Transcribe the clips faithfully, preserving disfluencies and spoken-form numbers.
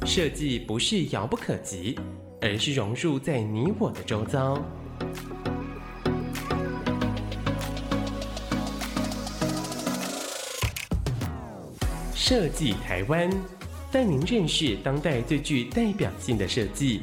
设计不是遥不可及，而是融入在你我的周遭。设计台湾，带您认识当代最具代表性的设计。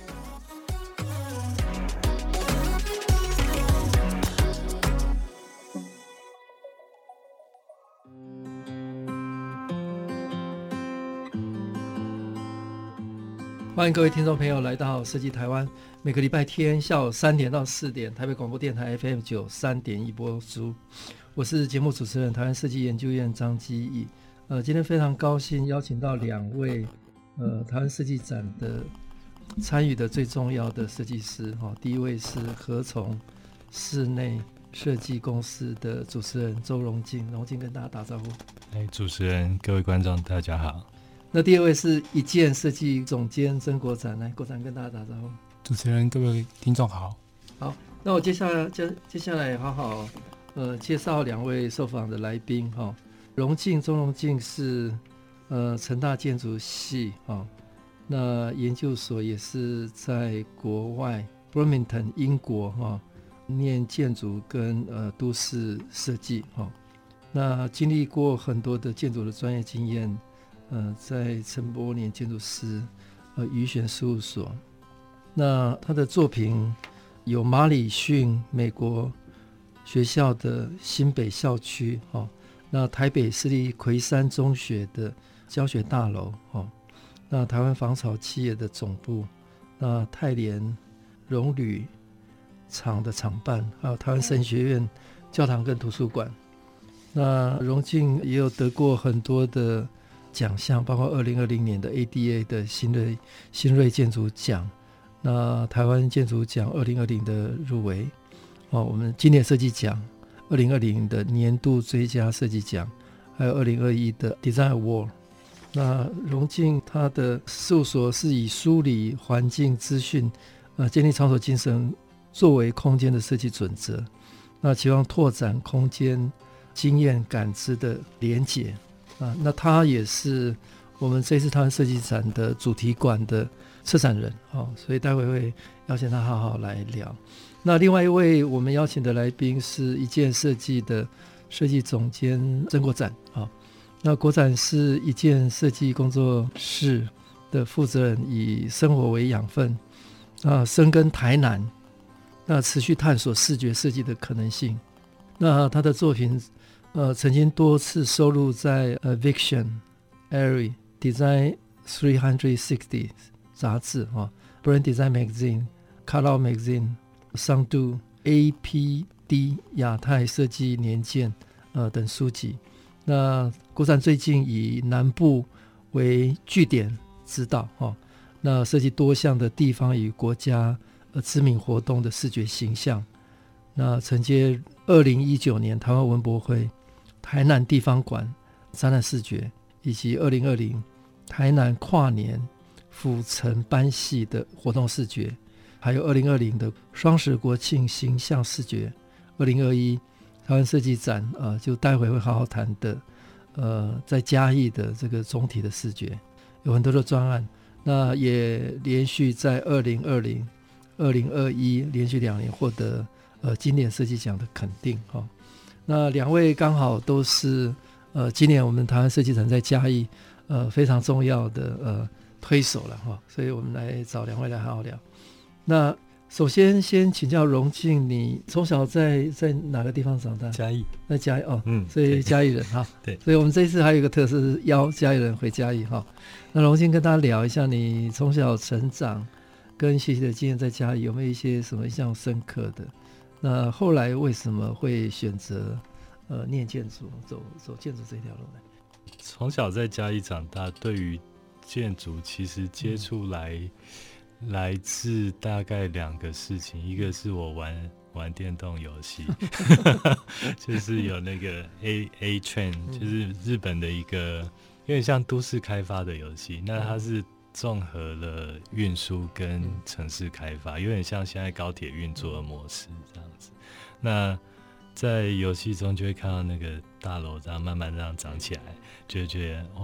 欢迎各位听众朋友来到设计台湾，每个礼拜天下午三点到四点，台北广播电台 F M 九三点一播出。我是节目主持人台湾设计研究院张基义。呃，今天非常高兴邀请到两位呃台湾设计展的参与的最重要的设计师哈、哦。第一位是合从室内设计公司的主持人周荣进，荣进跟大家打招呼。 哎，主持人、各位观众，大家好。 那第二位是一建设计总监曾国展，来，国展跟大家打招呼。 主持人、各位听众好。 好，那我接下来接接下来好好呃介绍两位受访的来宾哈、哦。荣进周荣进是呃成大建筑系哈、哦，那研究所也是在国外 Birmingham 英国哈、哦、念建筑跟呃都市设计哈、哦，那经历过很多的建筑的专业经验。呃，在陈柏年建筑师呃余选事务所，那他的作品有马里逊美国学校的新北校区、哦、那台北市立魁山中学的教学大楼、哦、那台湾防潮企业的总部，那泰联荣旅厂的厂办，还有台湾神学院教堂跟图书馆。那荣进也有得过很多的奖项，包括二零二零年的 A D A 的新锐新锐建筑奖，那台湾建筑奖二零二零的入围、哦、我们经典设计奖二零二零的年度最佳设计奖，还有二零二一的 Design Award。 那荣进他的事务所是以梳理环境资讯、呃、建立场所精神作为空间的设计准则，那期望拓展空间经验感知的连结啊，那他也是我们这次台湾设计展的主题馆的策展人、哦、所以待会会邀请他好好来聊。那另外一位我们邀请的来宾是一建设计的设计总监曾国展、哦、那国展是一建设计工作室的负责人，以生活为养分，那深耕台南，那持续探索视觉设计的可能性。那他的作品呃，曾经多次收录在呃 Viction、Airy、Design 三百六十杂志、哦、Brand Design Magazine、Color Magazine、Sundo、A P D 亚太设计年鉴、呃、等书籍。那国展最近以南部为据点指导、哦、那设计多项的地方与国家、呃、知名活动的视觉形象。那承接二零一九年台湾文博会台南地方馆展览视觉，以及二零二零台南跨年府城班系的活动视觉，还有二零二零的双十国庆形象视觉，二零二一台湾设计展、呃、就待会会好好谈的呃，在嘉义的这个总体的视觉，有很多的专案。那也连续在二零二零、二零二一连续两年获得呃经典设计奖的肯定、哦。那两位刚好都是呃今年我们台湾设计展在嘉义呃非常重要的呃推手了哈、哦，所以我们来找两位来好好聊。那首先先请教荣进，你从小在在哪个地方长大？ 嘉义。 在嘉义哦， 嗯， 所以嘉义人哈。 对， 所以我们这一次还有一个特色是邀嘉义人回嘉义哈、哦。那荣进跟大家聊一下你从小成长跟学习的经验，在嘉义有没有一些什么印象深刻的？那后来为什么会选择呃念建筑，走走建筑这条路呢？ 从小在嘉义长大，对于建筑其实接触来、嗯、来自大概两个事情，一个是我玩玩电动游戏，就是有那个 A A Train， 就是日本的一个有点像都市开发的游戏，那它是综合了运输跟城市开发，有点像现在高铁运作的模式这样子。那在游戏中就会看到那个大楼这样慢慢这样长起来，就会觉得哇，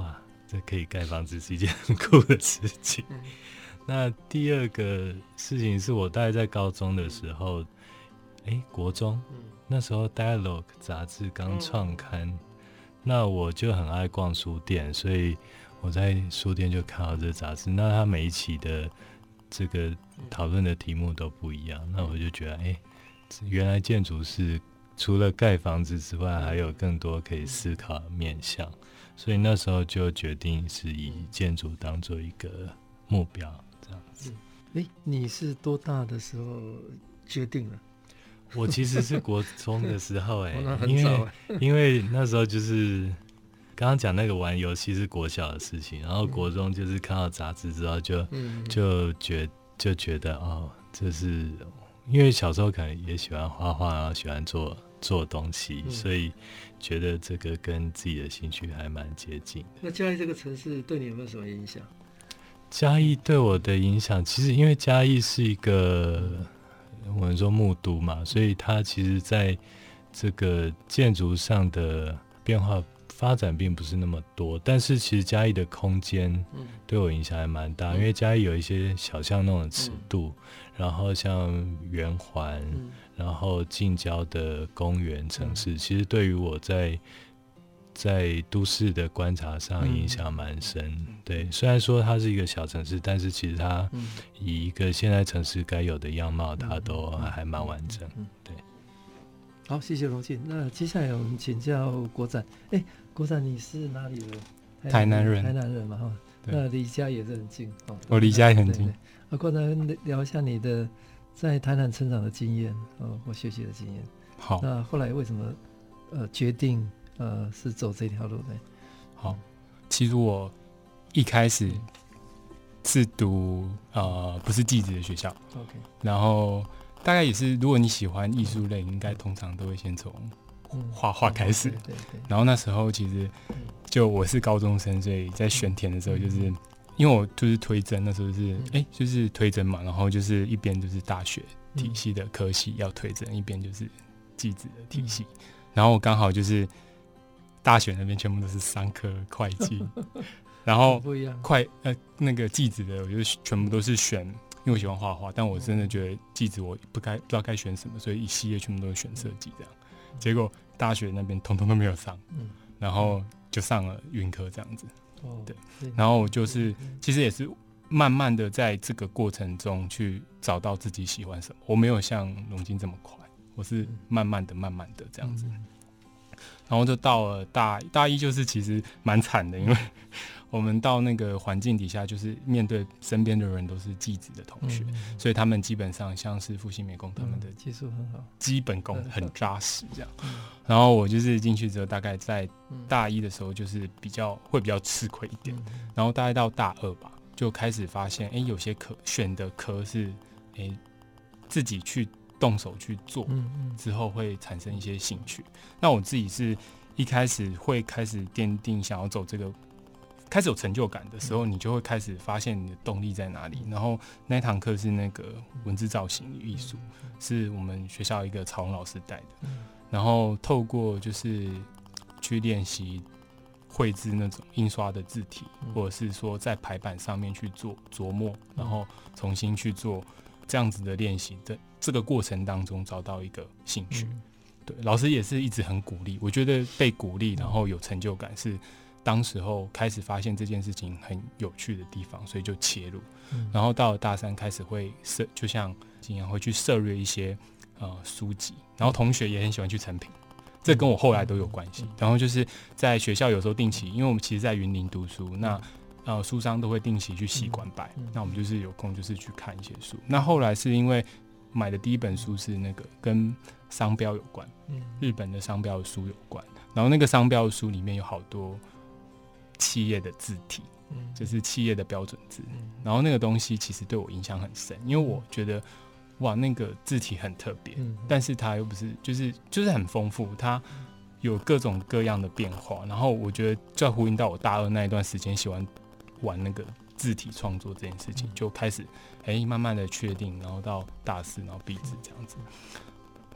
这可以盖房子是一件很酷的事情。嗯、那第二个事情是我大概在高中的时候，哎，国中、嗯、那时候 Dialogue 杂志刚创刊、嗯，那我就很爱逛书店，所以我在书店就看到这杂志。那它每一期的这个讨论的题目都不一样，那我就觉得，哎，原来建筑是除了盖房子之外，还有更多可以思考的面向。所以那时候就决定是以建筑当做一个目标，这样子。 哎、嗯，你是多大的时候决定了？ 我其实是国中的时候、欸，哎、 哦，因为因为那时候就是刚刚讲那个玩游戏是国小的事情，然后国中就是看到杂志之后就、嗯、就觉就觉得哦，这是因为小时候可能也喜欢画画，然后喜欢做做东西、嗯，所以觉得这个跟自己的兴趣还蛮接近的。 那嘉义这个城市对你有没有什么影响？ 嘉义对我的影响，其实因为嘉义是一个我们说木都嘛，所以它其实在这个建筑上的变化发展并不是那么多，但是其实嘉义的空间对我影响还蛮大、嗯，因为嘉义有一些小巷弄的尺度、嗯，然后像圆环、嗯，然后近郊的公园城市、嗯，其实对于我在在都市的观察上影响蛮深、嗯。对，虽然说它是一个小城市，但是其实它以一个现在城市该有的样貌，它都还蛮完整。对。 好，谢谢荣庆。那接下来我们请教国展。哎，国展你是哪里人？ 台南人。 台南人嘛，哈。那离家也是很近。哦， 我离家也很近。 那国展聊一下你的在台南成长的经验，哦，或学习的经验。 好。 那后来为什么呃决定呃是走这条路呢？ 好，其实我一开始是读呃不是技职的学校。 OK。 然后。大概也是，如果你喜欢艺术类，应该通常都会先从画画开始、嗯对对对。然后那时候其实就我是高中生，所以在选填的时候，就是、嗯、因为我就是推甄，那时候是哎、嗯欸、就是推甄嘛，然后就是一边就是大学体系的科系要推甄、嗯，一边就是技职的体系。嗯、然后我刚好就是大学那边全部都是商科会计，然后快呃那个技职的，我就全部都是选。因为我喜欢画画，但我真的觉得技职我不该不知道该选什么，所以一系列全部都是选设计这样。结果大学那边统统都没有上，嗯、然后就上了云科这样子。哦、对，然后我就是其实也是慢慢的在这个过程中去找到自己喜欢什么。我没有像荣金这么快，我是慢慢的、慢慢的这样子。嗯、然后就到了大大一，就是其实蛮惨的，因为。我们到那个环境底下，就是面对身边的人都是技职的同学、嗯，所以他们基本上像是复兴美工，他们的技术很好， 基本功很扎实这样。嗯、然后我就是进去之后，大概在大一的时候，就是比较会比较吃亏一点、嗯。然后大概到大二吧，就开始发现，哎、欸，有些科选的科是，哎、欸，自己去动手去做、嗯，之后会产生一些兴趣。那我自己是一开始会开始奠定想要走这个。开始有成就感的时候，你就会开始发现你的动力在哪里。然后那堂课是那个文字造型与艺术，是我们学校一个曹龙老师带的。然后透过就是去练习绘制那种印刷的字体，或者是说在排版上面去做琢磨，然后重新去做这样子的练习的这个过程当中，找到一个兴趣。对，老师也是一直很鼓励。我觉得被鼓励，然后有成就感是。当时候开始发现这件事情很有趣的地方，所以就切入。嗯、然后到了大三开始会涉，就像经常会去涉猎一些呃书籍，然后同学也很喜欢去成品，这跟我后来都有关系、嗯。然后就是在学校有时候定期，因为我们其实在云林读书，那呃书商都会定期去习馆摆、嗯，那我们就是有空就是去看一些书。那后来是因为买的第一本书是那个跟商标有关，嗯、日本的商标的书有关，然后那个商标的书里面有好多。企业的字体，就是企业的标准字、嗯，然后那个东西其实对我影响很深，因为我觉得哇，那个字体很特别、嗯，但是它又不是，就是就是很丰富，它有各种各样的变化。然后我觉得就呼应到我大二那一段时间喜欢玩那个字体创作这件事情，就开始哎、欸、慢慢的确定，然后到大四，然后毕制这样子。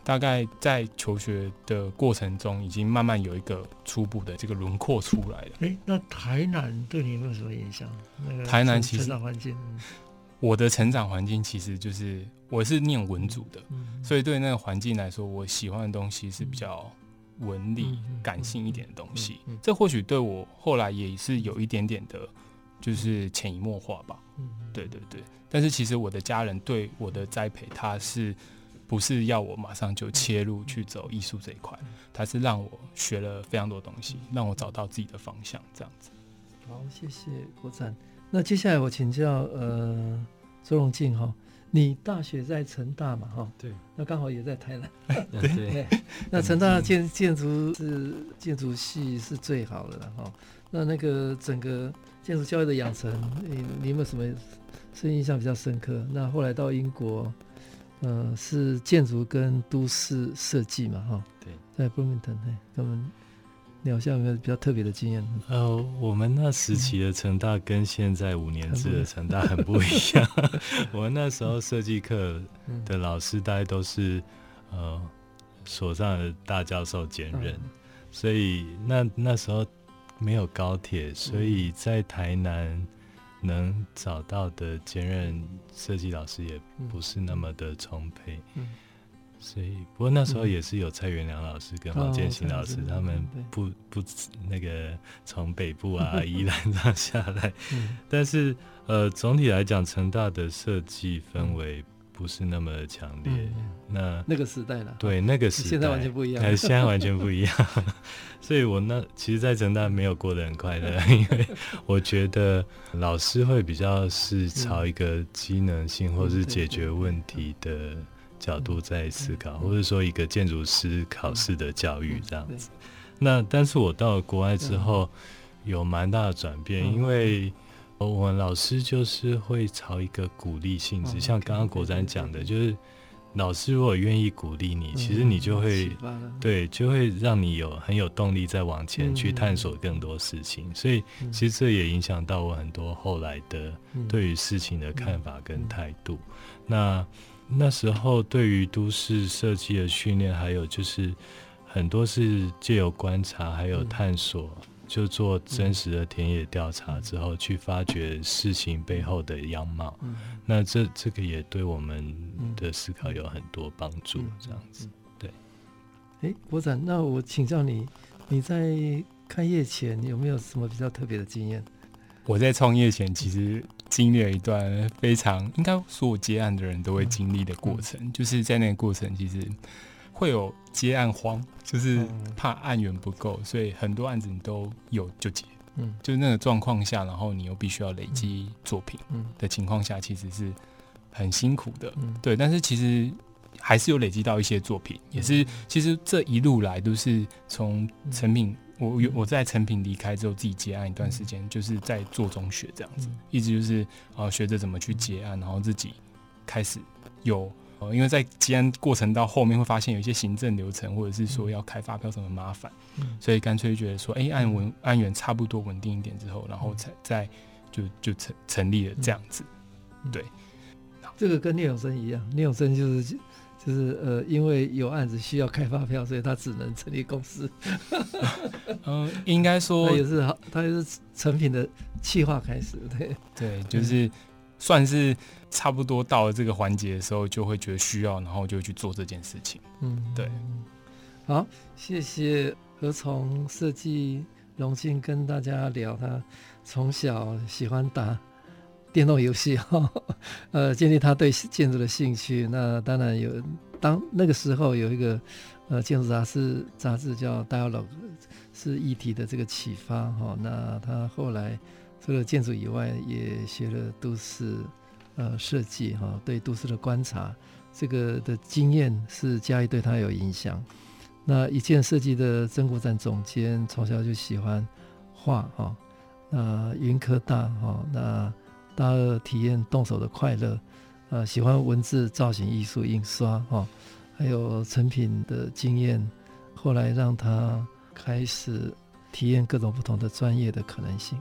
大概在求学的过程中，已经慢慢有一个初步的这个轮廓出来了。 哎，那台南对你有没有什么影响？那个台南其实成长环境，嗯我的成长环境其实就是我是念文组的， 嗯所以对那个环境来说，我喜欢的东西是比较文理、 嗯感性一点的东西。 嗯嗯嗯这或许对我后来也是有一点点的，就是潜移默化吧。 嗯对对对。但是其实我的家人对我的栽培，他是不是要我马上就切入去走艺术这一块？他是让我学了非常多东西，让我找到自己的方向，这样子。 好，谢谢国展。那接下来我请教呃周荣进哈，你大学在成大嘛哈？ 对， 那刚好也在台南。 对对，那成大建建筑是建筑系是最好的了哈。那那个整个建筑教育的养成，你你有没有什么是印象比较深刻？那后来到英国，呃，是建筑跟都市设计嘛哈？ 对， 在 Bloomington， 嘿，跟我们聊一下有没有比较特别的经验？ 呃，我们那时期的成大跟现在五年制的成大很不一样。我们那时候设计课的老师大概都是呃所上的大教授兼任， 嗯所以那那时候没有高铁，所以在台南能找到的兼任设计老师也不是那么的充沛。 嗯所以，不过那时候也是有蔡元良老师跟黄建新老师， 哦他们不不那个从北部啊、宜兰上下来， 嗯但是呃，总体来讲，成大的设计氛围不是那么强烈。 嗯嗯那那个时代了， 对那个时代， 现在完全不一样呃，现在完全不一样。所以我那其实，在成大没有过得很快乐，因为我觉得老师会比较是朝一个机能性或是解决问题的角度在思考，或者说一个建筑师考试的教育这样子。那但是我到了国外之后，有蛮大的转变，因为我们老师就是会朝一个鼓励性质，像刚刚国展讲的，就是老师如果愿意鼓励你，其实你就会对，就会让你有很有动力再往前去探索更多事情。所以其实这也影响到我很多后来的对于事情的看法跟态度。那那时候对于都市设计的训练，还有就是很多是藉由观察还有探索，就做真实的田野调查之后，去发掘事情背后的样貌。那这这个也对我们的思考有很多帮助。这样子，对。 哎，国展，那我请教你，你在开业前有没有什么比较特别的经验？ 我在创业前其实经历了一段非常应该所有接案的人都会经历的过程，嗯、就是在那个过程其实会有接案荒，就是怕案源不够，所以很多案子你都有就接。嗯，就是那个状况下，然后你又必须要累积作品的情况下，其实是很辛苦的。嗯，对，但是其实还是有累积到一些作品，也是其实这一路来都是从成品。我我在成品离开之后，自己接案一段时间，就是在做中学这样子，一直就是呃学着怎么去接案，然后自己开始有呃，因为在接案过程到后面会发现有一些行政流程，或者是说要开发票什么麻烦，所以干脆觉得说，哎、欸，案文案源差不多稳定一点之后，然后才再就就成成立了这样子，对。 这个跟聂永生一样，聂永生就是。就是呃，因为有案子需要开发票，所以他只能成立公司。 嗯、呃，应该说他也是好，他也是成品的企划开始，对对，就是算是差不多到了这个环节的时候，就会觉得需要，然后就会去做这件事情。嗯，对。 好，谢谢何从设计荣幸跟大家聊他从小喜欢打电动游戏哈，呃，建立他对建筑的兴趣。那当然有，当那个时候有一个呃建筑杂志杂志叫 Dialogue， 是议题的这个启发哈。那他后来除了建筑以外，也学了都市呃设计哈，对都市的观察这个的经验是嘉义对他有影响。那一件设计的曾国展总监从小就喜欢画哈，那云科大哈那。大二体验动手的快乐，呃，喜欢文字、造型艺术、印刷，哦，还有成品的经验，后来让他开始体验各种不同的专业的可能性。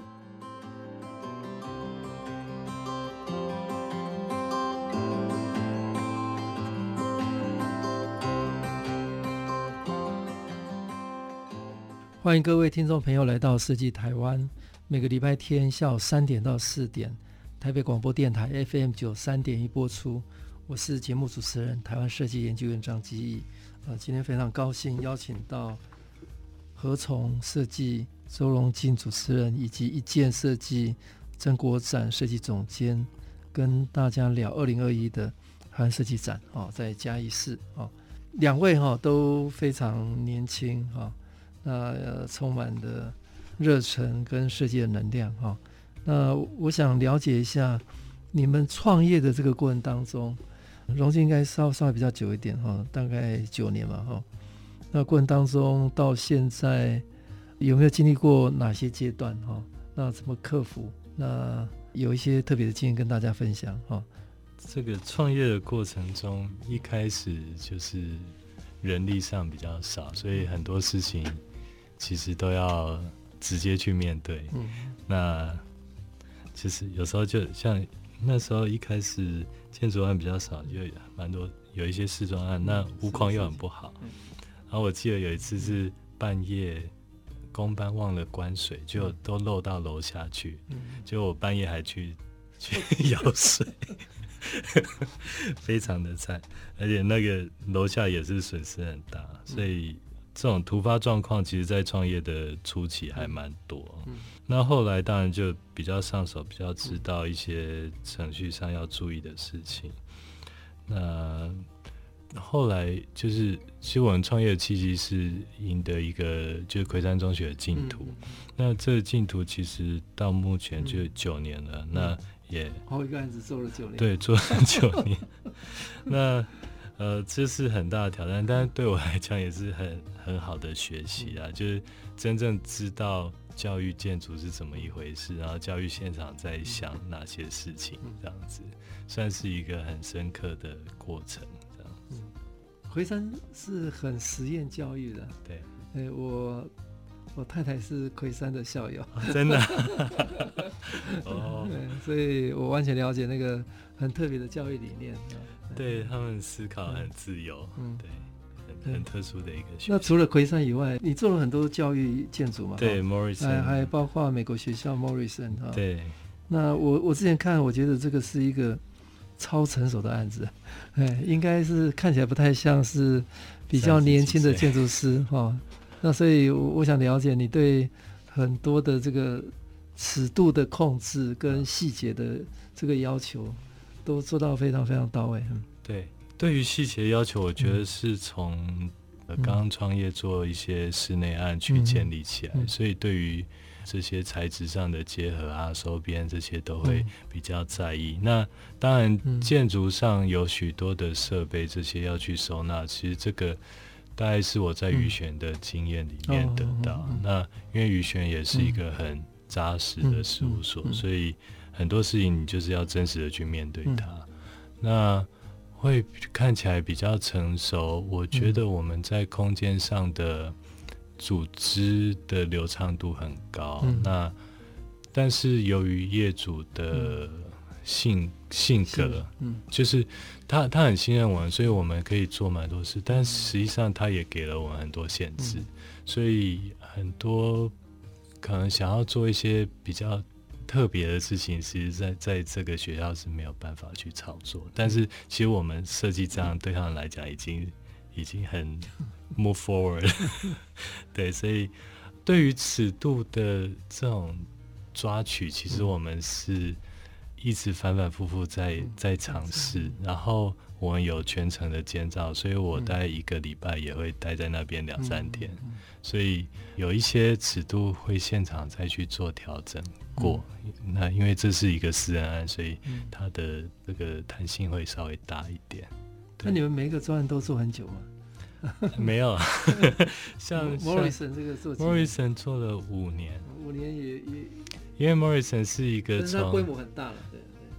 欢迎各位听众朋友来到设计台湾，每个礼拜天下午三点到四点，台北广播电台 F M 九三点一播出。我是节目主持人台湾设计研究院张基义。呃，今天非常高兴邀请到禾虫设计周荣进主持人以及一建设计曾国展设计总监，跟大家聊二零二一的台湾设计展、哦、在嘉义市、哦、两位、哦、都非常年轻、哦、那、呃、充满的热忱跟设计的能量、哦、那我想了解一下你们创业的这个过程当中，荣进应该稍稍微比较久一点、哦、大概九年嘛、哦、那过程当中到现在有没有经历过哪些阶段、哦、那怎么克服，那有一些特别的经验跟大家分享、哦、 这个创业的过程中，一开始就是人力上比较少，所以很多事情其实都要直接去面对、嗯、那其实有时候就像那时候一开始建筑案比较少，就蛮多有一些市装案，那屋况又很不好、嗯、然后我记得有一次是半夜工班忘了关水，就都漏到楼下去，结果我半夜还去去舀水非常的惨，而且那个楼下也是损失很大，所以这种突发状况其实在创业的初期还蛮多、嗯、那后来当然就比较上手，比较知道一些程序上要注意的事情。那后来就是，其实我们创业的契机是赢得一个就是魁山中学的竞图、嗯，那这个竞图其实到目前就九年了，嗯、那也好一个案子做了九年， 对，做了九年。那呃，这是很大的挑战，但是对我来讲也是很很好的学习啊，嗯、就是真正知道教育建筑是怎么一回事，然后教育现场在想哪些事情，这样子、嗯、算是一个很深刻的过程。 魁山是很实验教育的， 对， 欸、我我太太是魁山的校友， 哦、真的，哦， 对，所以我完全了解那个很特别的教育理念。 对，他们思考很自由，嗯，对，很, 很特殊的一个学校。 那除了魁山以外，你做了很多教育建筑嘛？ 对 ，Morrison， 还还包括美国学校 Morrison 哈。 对， 那我我之前看，我觉得这个是一个超成熟的案子，哎，应该是看起来不太像是比较年轻的建筑师哈。那所以我想了解你对很多的这个尺度的控制跟细节的这个要求都做到非常非常到位。嗯、 对，对于细节要求，我觉得是从、嗯呃、刚刚创业做一些室内案去建立起来，嗯嗯、所以对于这些材质上的结合啊、收边这些都会比较在意。嗯、那当然，建筑上有许多的设备，这些要去收纳，其实这个大概是我在宇璇的经验里面得到。嗯哦、那因为宇璇也是一个很扎实的事务所，嗯嗯嗯、所以很多事情你就是要真实的去面对它。嗯、那会看起来比较成熟，我觉得我们在空间上的组织的流畅度很高，嗯、那但是由于业主的性、嗯、性格，嗯、就是他他很信任我们，所以我们可以做蛮多事，但实际上他也给了我们很多限制，嗯、所以很多可能想要做一些比较特别的事情，其实在在这个学校是没有办法去操作，但是其实我们设计这样对他们来讲已经已经很move forward 对，所以对于尺度的这种抓取，其实我们是一直反反复复在在尝试，然后我们有全程的监造，所以我大概一个礼拜也会待在那边两三天，所以有一些尺度会现场再去做调整过，那因为这是一个私人案，所以它的这个弹性会稍微大一点。 那你们每一个专案都做很久吗？ 没有，像 Morrison 这个做 Morrison 做了五年， 五年也也， 因为 Morrison 是一个但是它规模很大了，对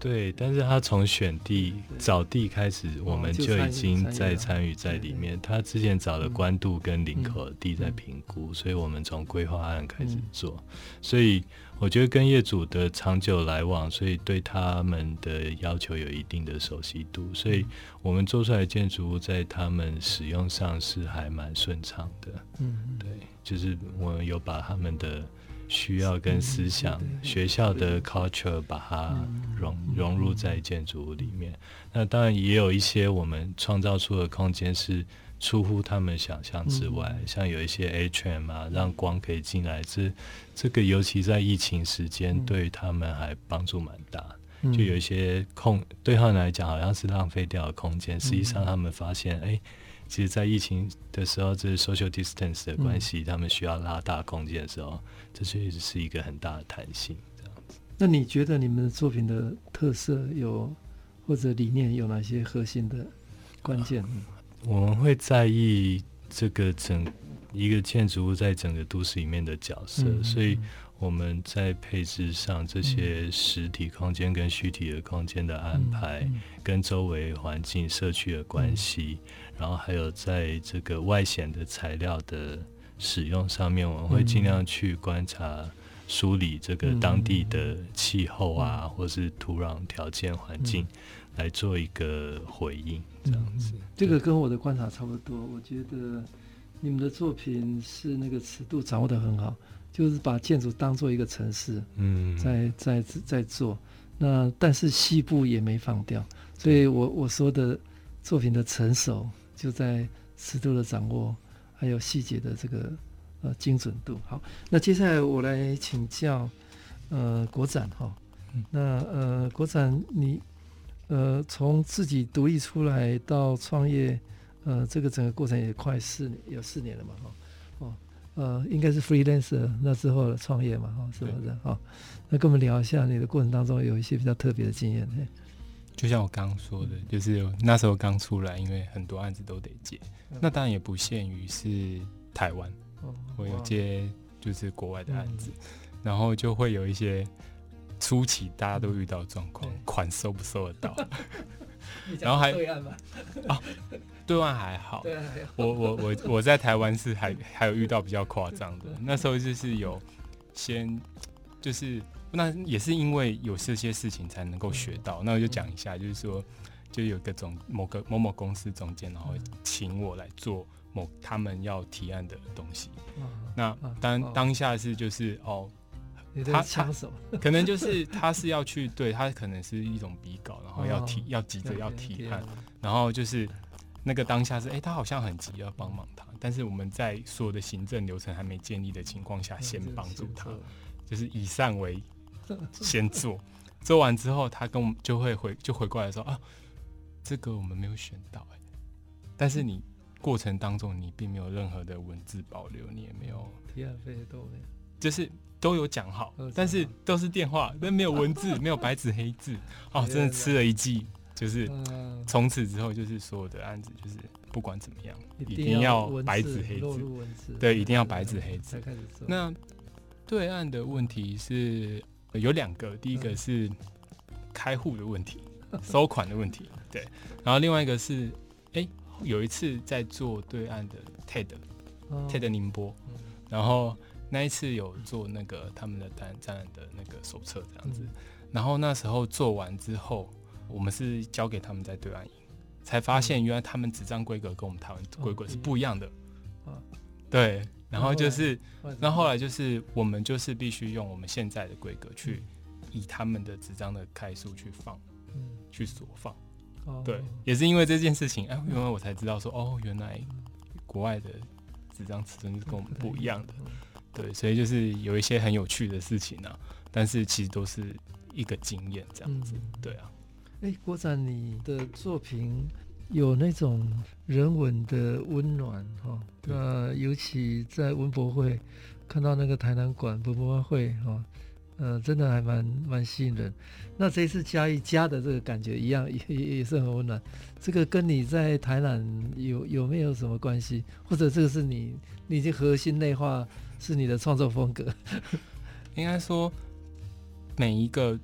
对，但是他从选地找地开始，我们就已经在参与在里面。他之前找了关渡跟林口的地在评估，所以我们从规划案开始做。所以我觉得跟业主的长久来往，所以对他们的要求有一定的熟悉度，所以我们做出来的建筑物在他们使用上是还蛮顺畅的。嗯，对，就是我们有把他们的需要跟思想、嗯、学校的 culture 把它 融,、嗯、融入在建筑物里面。那当然也有一些我们创造出的空间是出乎他们想象之外、嗯、像有一些 atrium 啊，让光可以进来，这这个尤其在疫情时间、嗯、对他们还帮助蛮大的、嗯、就有一些空对他们来讲好像是浪费掉的空间、嗯、实际上他们发现哎、欸其实在疫情的时候，这是 social distance 的关系、嗯、他们需要拉大空间的时候，这确实是一个很大的弹性这样子。 那你觉得你们的作品的特色有或者理念有哪些核心的关键、嗯、 我们会在意这个整一个建筑物在整个都市里面的角色、嗯、所以我们在配置上这些实体空间跟虚体的空间的安排、嗯嗯、跟周围环境社区的关系、嗯，然后还有在这个外显的材料的使用上面，我们会尽量去观察、梳理这个当地的气候啊，嗯、或是土壤条件环境、嗯，来做一个回应，这样子、嗯。这个跟我的观察差不多。我觉得你们的作品是那个尺度掌握得很好，就是把建筑当做一个城市，嗯，在在在做。那但是细部也没放掉，所以我我说的作品的成熟。就在尺度的掌握，还有细节的这个呃精准度。好，那接下来我来请教呃国展哈、嗯。那呃国展你呃从自己独立出来到创业，呃这个整个过程也快四年，有四年了嘛哈。哦呃应该是 freelancer 那之后的创业嘛哈，是不是？好，那跟我们聊一下你的过程当中有一些比较特别的经验。 就像我刚刚说的，就是那时候刚出来，因为很多案子都得接，嗯、那当然也不限于是台湾、哦，我有接就是国外的案子，嗯、然后就会有一些初期大家都遇到状况，嗯、款收不收得到，然后还对岸吧， 啊，对岸还好， 对岸还好， 我我我我在台湾是还还有遇到比较夸张的，那时候就是有先就是。那也是因为有这些事情才能够学到。那我就讲一下，就是说，就有个总某个某某公司总监，然后请我来做某他们要提案的东西。那当当下是就是哦， 他枪手可能就是他是要去对他可能是一种比稿，然后要提要急着要提案，然后就是那个当下是哎、欸，他好像很急要帮忙他，但是我们在所有的行政流程还没建立的情况下，先帮助他，就是以善为。先做，做完之后，他跟我们就会回就回过来说啊，这个我们没有选到哎、欸，但是你过程当中你并没有任何的文字保留，你也没有提案费都没有， 就是都有讲好，但是都是电话，但没有文字，没有白纸黑字，哦，真的吃了一剂，就是从此之后就是所有的案子就是不管怎么样，一定要白纸黑字，对，一定要白纸黑字。那对岸的问题是。有两个，第一个是开户的问题，收款的问题，对，然后另外一个是，哎、欸，有一次在做对岸的 T E D，T E D 宁波，然后那一次有做那个他们的展展览的那个手册这样子，然后那时候做完之后，我们是交给他们在对岸印，才发现原来他们纸张规格跟我们台湾规格是不一样的，对。然后就是，那后, 后来就是我们就是必须用我们现在的规格去以他们的纸张的开数去放，嗯、去所放。哦、对，也是因为这件事情，哎，原来我才知道说，哦，原来国外的纸张尺寸是跟我们不一样的。对，所以就是有一些很有趣的事情啊，但是其实都是一个经验这样子。嗯、对啊。 哎，国展，你的作品。有那种人文的温暖哈，那尤其在文博会看到那个台南馆文博会哈，呃，真的还蛮蛮吸引人。那这一次嘉义家的这个感觉一样，也也是很温暖。这个跟你在台南有有没有什么关系？或者这个是你你已经核心内化是你的创作风格？ 应该说每一个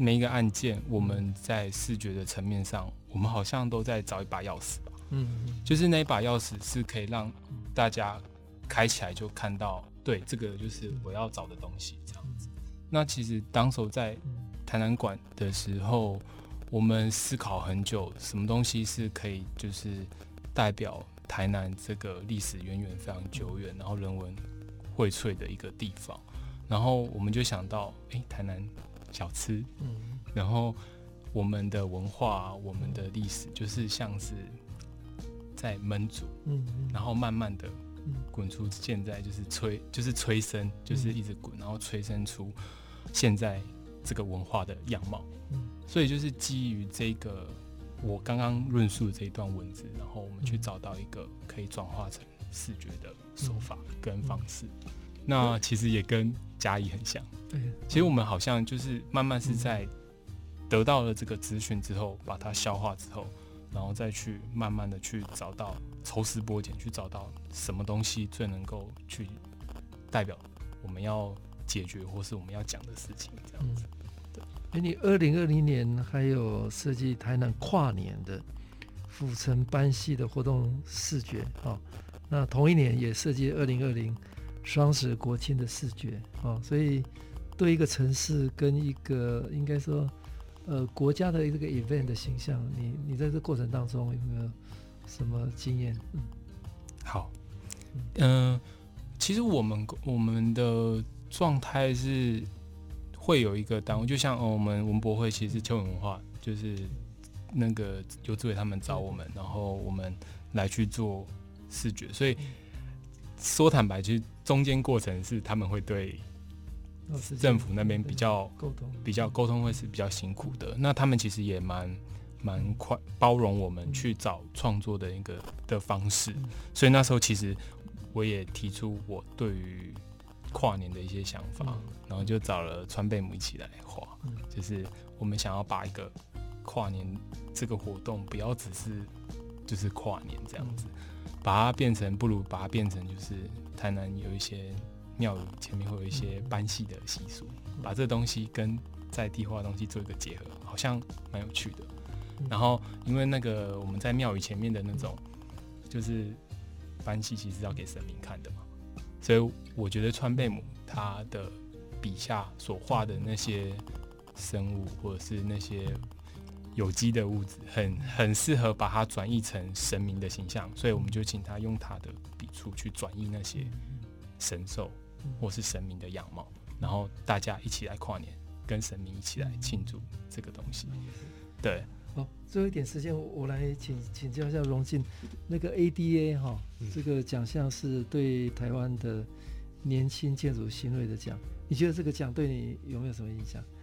每一个案件，我们在视觉的层面上，我们好像都在找一把钥匙吧。嗯，就是那一把钥匙是可以让大家开起来就看到，对，这个就是我要找的东西这样子。那其实当时在台南馆的时候，我们思考很久，什么东西是可以就是代表台南这个历史渊源非常久远，然后人文荟萃的一个地方。然后我们就想到，哎，台南小吃，嗯，然后我们的文化、我们的历史，就是像是在焖煮，嗯，然后慢慢的滚出现在就是催，就是催生，就是一直滚，然后催生出现在这个文化的样貌。嗯，所以就是基于这个我刚刚论述的这一段文字，然后我们去找到一个可以转化成视觉的手法跟方式。那其实也跟嘉义很像，对，其实我们好像就是慢慢是在得到了这个资讯之后，把它消化之后，然后再去慢慢的去找到抽丝剥茧，去找到什么东西最能够去代表我们要解决或是我们要讲的事情，这样子。对， 哎，你二零二零年还有设计台南跨年的府城班系的活动视觉，哦，那同一年也设计二零二零。双十国庆的视觉，哦，所以对一个城市跟一个应该说呃国家的这个 event 的形象，你你在这过程当中有没有什么经验？嗯， 好，嗯、呃，其实我们我们的状态是会有一个单位，就像、哦、我们文博会其实是秋文文化，就是那个游志伟他们找我们，然后我们来去做视觉，所以说坦白，其实中间过程是他们会对政府那边比较沟通，比较沟通会是比较辛苦的。那他们其实也蛮蛮快包容我们去找创作的一个的方式，所以那时候其实我也提出我对于跨年的一些想法，然后就找了川贝母一起来画，就是我们想要把一个跨年这个活动不要只是就是跨年这样子。把它变成，不如把它变成，就是台南有一些庙宇前面会有一些班系的习俗，把这东西跟在地化的东西做一个结合，好像蛮有趣的。然后因为那个我们在庙宇前面的那种，就是班系其实要给神明看的嘛，所以我觉得川贝母他的笔下所画的那些生物或者是那些有机的物质很很适合把它转译成神明的形象，所以我们就请他用他的笔触去转译那些神兽或是神明的样貌，然后大家一起来跨年，跟神明一起来庆祝这个东西。对， 好，最后一点时间，我来请请教一下荣进，那个 A D A 哈、嗯，这个奖项是对台湾的年轻建筑新锐的奖，你觉得这个奖对你有没有什么影响？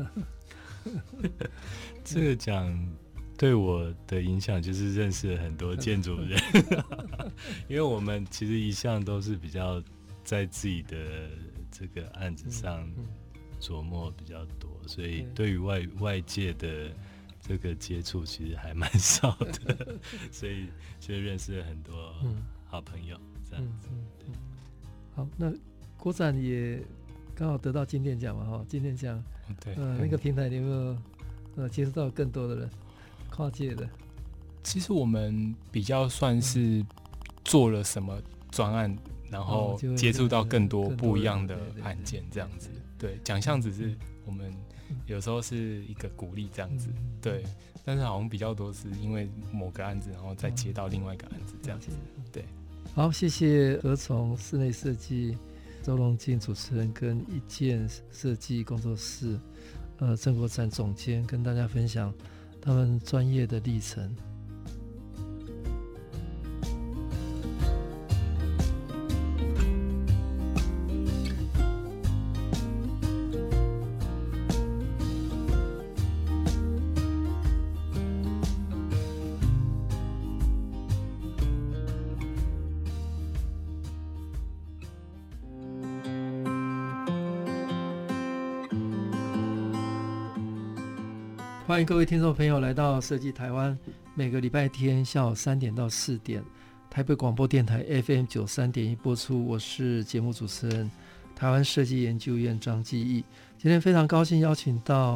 这个奖对我的影响就是认识了很多建筑人，因为我们其实一向都是比较在自己的这个案子上琢磨比较多，所以对于外外界的这个接触其实还蛮少的，所以就认识了很多好朋友这样子。 好，那国展也刚好得到金店奖嘛，哈，金店奖。 对， 呃，那个平台你有没有呃接触到更多的人，跨界的？ 其实我们比较算是做了什么专案，然后接触到更多不一样的案件，这样子。对，奖项只是我们有时候是一个鼓励这样子，对。但是好像比较多是因为某个案子，然后再接到另外一个案子这样子。对， 好，谢谢何从室内设计。周荣进主持人跟一建设计工作室呃郑国展总监跟大家分享他们专业的历程。欢迎各位听众朋友来到设计台湾，每个礼拜天下午三点到四点，台北广播电台 F M 九三点一播出。我是节目主持人台湾设计研究院张继义。今天非常高兴邀请到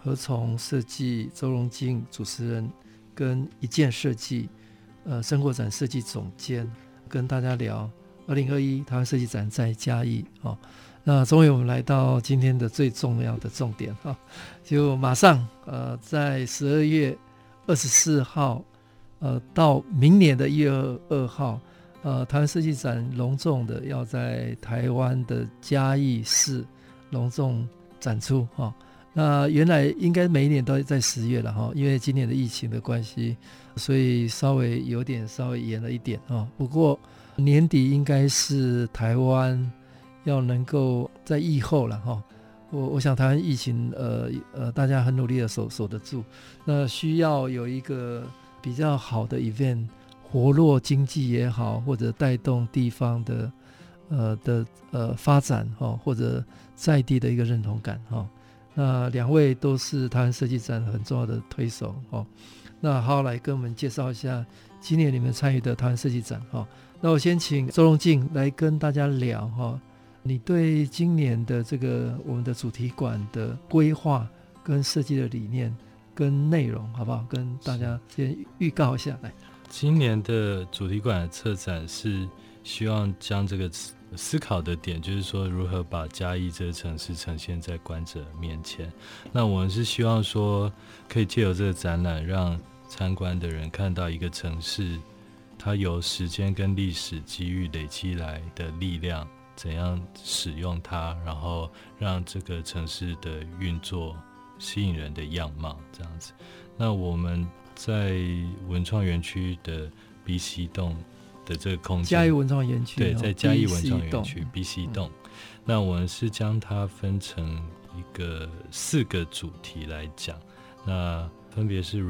何从设计周荣进主持人跟一件设计呃生活展设计总监跟大家聊二零二一台湾设计展在嘉义、哦、那终于我们来到今天的最重要的重点、哦、就马上呃在十二月二十四号呃到明年的一月二号呃台湾设计展隆重的要在台湾的嘉义市隆重展出、哦、那原来应该每一年都在十月了、哦、因为今年的疫情的关系，所以稍微有点稍微延了一点、哦、不过年底应该是台湾要能够在疫后了、哦、我我想台湾疫情呃呃大家很努力的守守得住，那需要有一个比较好的 event 活络经济也好，或者带动地方的呃的呃发展、哦、或者在地的一个认同感、哦、那两位都是台湾设计展很重要的推手、哦、那好好来跟我们介绍一下今年你们参与的台湾设计展、哦、那我先请周荣进来跟大家聊、哦、你对今年的这个我们的主题馆的规划跟设计的理念跟内容好不好，跟大家先预告一下来。 今年的主题馆的策展是希望将这个思考的点，就是说如何把嘉义这个城市呈现在观者面前。那我们是希望说可以借由这个展览让参观的人看到一个城市它由时间跟历史机遇累积来的力量怎样使用它，然后让这个城市的运作吸引人的样貌这样子。那我们在文创园区的 B C 栋的这个空间， 嘉义文创园区， 对，在嘉义文创园区 B C 栋 B C 栋、嗯、那我们是将它分成一个四个主题来讲，那分别是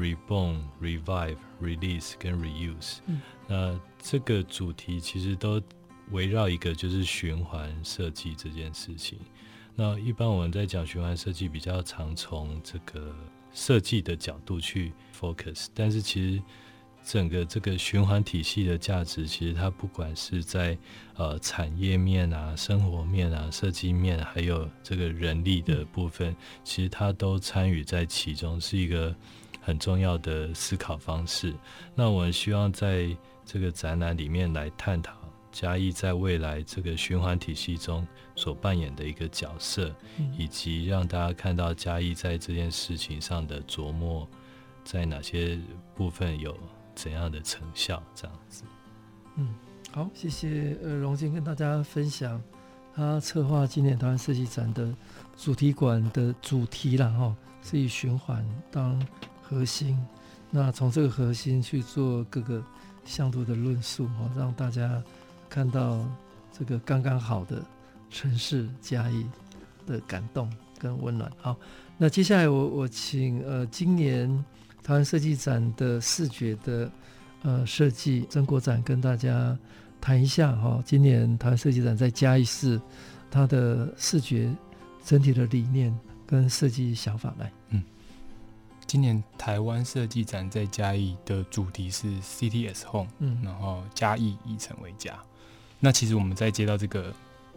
Reborn、Revive、Release 跟 Reuse、嗯、那这个主题其实都围绕一个就是循环设计这件事情。那一般我们在讲循环设计比较常从这个设计的角度去 focus， 但是其实整个这个循环体系的价值，其实它不管是在呃产业面啊、生活面啊、设计面，还有这个人力的部分，其实它都参与在其中，是一个很重要的思考方式。那我们希望在这个展览里面来探讨嘉义在未来这个循环体系中所扮演的一个角色、嗯、以及让大家看到嘉义在这件事情上的琢磨，在哪些部分有怎样的成效，这样子。 嗯，好，谢谢呃荣进跟大家分享他策划今年台湾设计展的主题馆的主题啦，哈，是以循环当核心，那从这个核心去做各个向度的论述，让大家看到这个刚刚好的城市嘉义的感动跟温暖。好，那接下来我我请呃今年台湾设计展的视觉的呃设计曾国展跟大家谈一下哈、哦，今年台湾设计展在嘉义市它的视觉整体的理念跟设计想法来。 嗯，今年台湾设计展在嘉义的主题是 City as Home，、嗯、然后嘉义以城为家。那其实我们在接到这个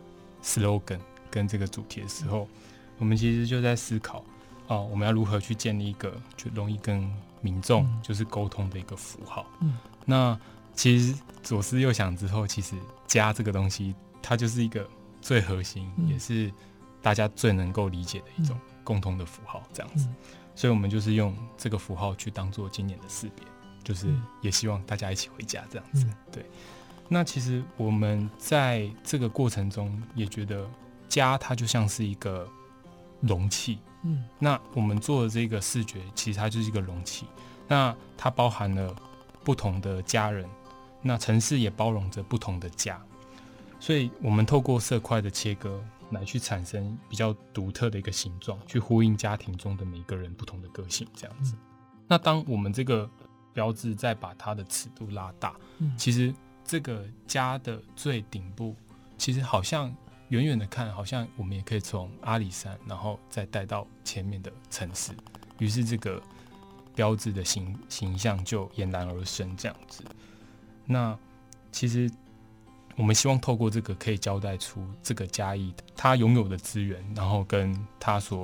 slogan 跟这个主题的时候，我们其实就在思考哦，我们要如何去建立一个就容易跟民众就是沟通的一个符号。嗯，那其实左思右想之后，其实家这个东西，它就是一个最核心，嗯、也是大家最能够理解的一种共同的符号，这样子。嗯、所以我们就是用这个符号去当做今年的识别，就是也希望大家一起回家这样子。嗯、对。那其实我们在这个过程中也觉得家它就像是一个容器，嗯，那我们做的这个视觉其实它就是一个容器，那它包含了不同的家人，那城市也包容着不同的家，所以我们透过色块的切割来去产生比较独特的一个形状，去呼应家庭中的每个人不同的个性这样子。嗯、那当我们这个标志再把它的尺度拉大，嗯、其实这个家的最顶部，其实好像远远的看，好像我们也可以从阿里山，然后再带到前面的城市，于是这个标志的 形, 形象就俨然而生这样子。那其实我们希望透过这个可以交代出这个嘉义它拥有的资源，然后跟它所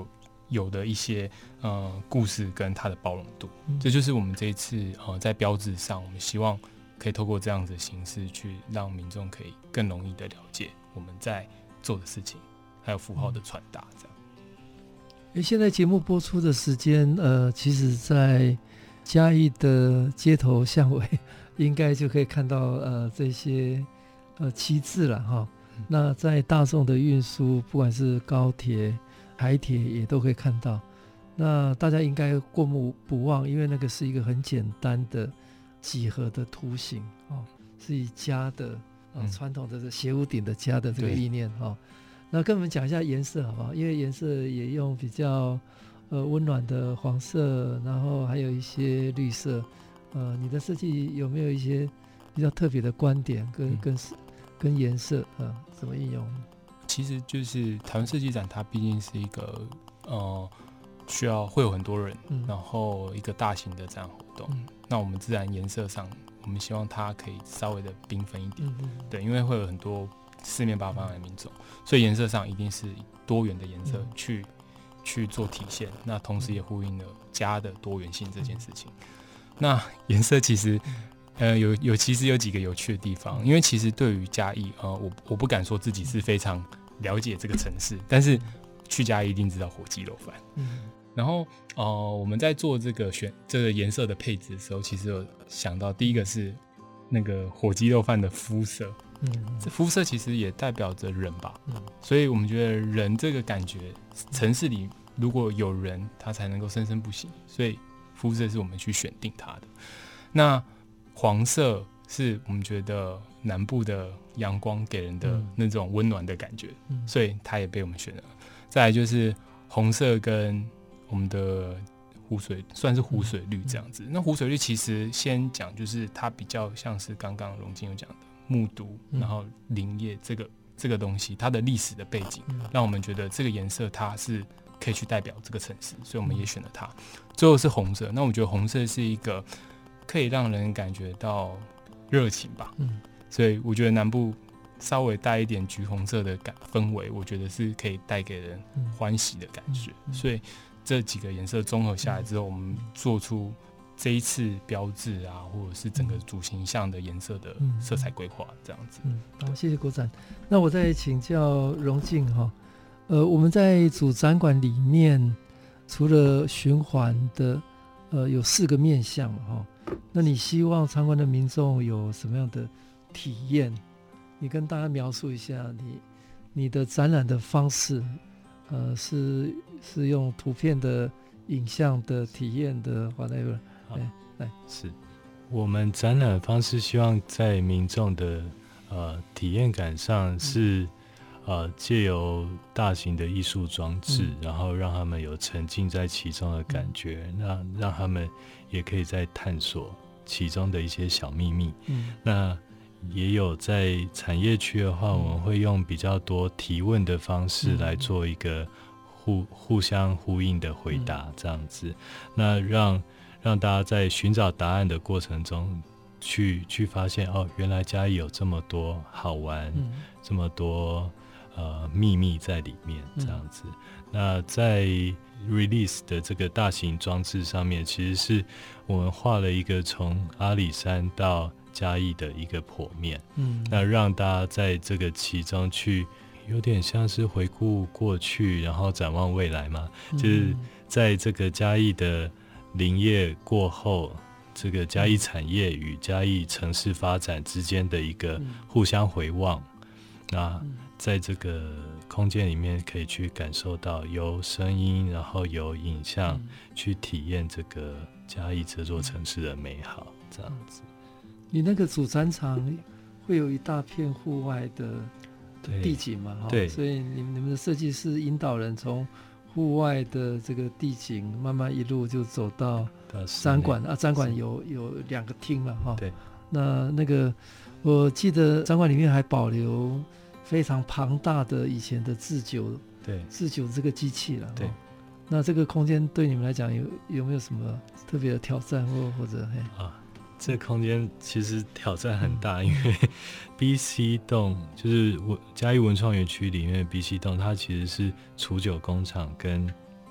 有的一些呃故事跟它的包容度， 嗯、 这就是我们这一次呃在标志上，我们希望可以透过这样子的形式去让民众可以更容易的了解我们在做的事情，还有符号的传达这样。 欸、现在节目播出的时间，呃，其实在嘉义的街头巷尾，应该就可以看到呃这些呃旗帜了哈。嗯、那在大众的运输，不管是高铁、台铁，也都可以看到。那大家应该过目不忘，因为那个是一个很简单的几何的图形哦，是以家的呃传统的斜屋顶的家的这个意念哈。那跟我们讲一下颜色好不好？因为颜色也用比较呃温暖的黄色，然后还有一些绿色。呃，你的设计有没有一些比较特别的观点跟、嗯、跟跟颜色呃怎么应用？ 其实就是台湾设计展，它毕竟是一个呃需要会有很多人，嗯、然后一个大型的展活动。嗯、那我们自然颜色上，我们希望它可以稍微的缤纷一点，嗯嗯对，因为会有很多四面八方的民众，所以颜色上一定是多元的颜色去、嗯、去做体现。那同时也呼应了家的多元性这件事情。嗯、那颜色其实，呃，有有其实有几个有趣的地方，因为其实对于嘉义，呃，我我不敢说自己是非常了解这个城市，但是去嘉义一定知道火鸡肉饭。嗯、然后，呃，我们在做这个选这个颜色的配置的时候，其实有想到第一个是那个火鸡肉饭的肤色。嗯，这肤色其实也代表着人吧，嗯，所以我们觉得人这个感觉，城市里如果有人，他才能够生生不息，所以肤色是我们去选定它的。那黄色是我们觉得南部的阳光给人的那种温暖的感觉，嗯、所以它也被我们选了。再来就是红色跟我们的湖水，算是湖水绿这样子。嗯、那湖水绿其实先讲，就是它比较像是刚刚荣金有讲的。木渎，然后林业这个这个东西，它的历史的背景，让我们觉得这个颜色它是可以去代表这个城市，所以我们也选了它。最后是红色，那我觉得红色是一个可以让人感觉到热情吧，嗯，所以我觉得南部稍微带一点橘红色的感氛围，我觉得是可以带给人欢喜的感觉。所以这几个颜色综合下来之后，我们做出这一次标志啊，或者是整个主形象的颜色的色彩规划，这样子。 嗯，好，谢谢国展。那我再请教荣敬哈，呃，我们在主展馆里面，除了循环的，呃，有四个面向哈。那你希望参观的民众有什么样的体验？你跟大家描述一下你你的展览的方式，呃，是是用图片的、影像的、体验的 whatever。 好，是我们展览的方式，希望在民众的呃体验感上是、嗯、呃借由大型的艺术装置、嗯，然后让他们有沉浸在其中的感觉，嗯、让让他们也可以在探索其中的一些小秘密。嗯，那也有在产业区的话，我们会用比较多提问的方式来做一个互互相呼应的回答，这样子，那让。让大家在寻找答案的过程中去去发现哦，原来嘉义有这么多好玩，嗯、这么多呃秘密在里面，这样子。嗯、那在 release 的这个大型装置上面，其实是我们画了一个从阿里山到嘉义的一个剖面，嗯，那让大家在这个其中去，有点像是回顾过去，然后展望未来嘛，嗯、就是在这个嘉义的。林业过后，这个嘉义产业与嘉义城市发展之间的一个互相回望，嗯、那在这个空间里面可以去感受到由声音，然后由影像、嗯、去体验这个嘉义这座城市的美好，这样子。 你那个主展场会有一大片户外的地景嘛？ 对， 所以你们的设计师引导人从户外的这个地景，慢慢一路就走到展馆啊。展馆有有两个厅了哈。对。那那个，我记得展馆里面还保留非常庞大的以前的制酒，对，制酒这个机器了。对。那这个空间对你们来讲有有没有什么特别的挑战或或者嘿？ 啊，这个空间其实挑战很大，嗯、因为 B C 栋就是我嘉义文创园区里面的 B C 栋，它其实是储酒工厂跟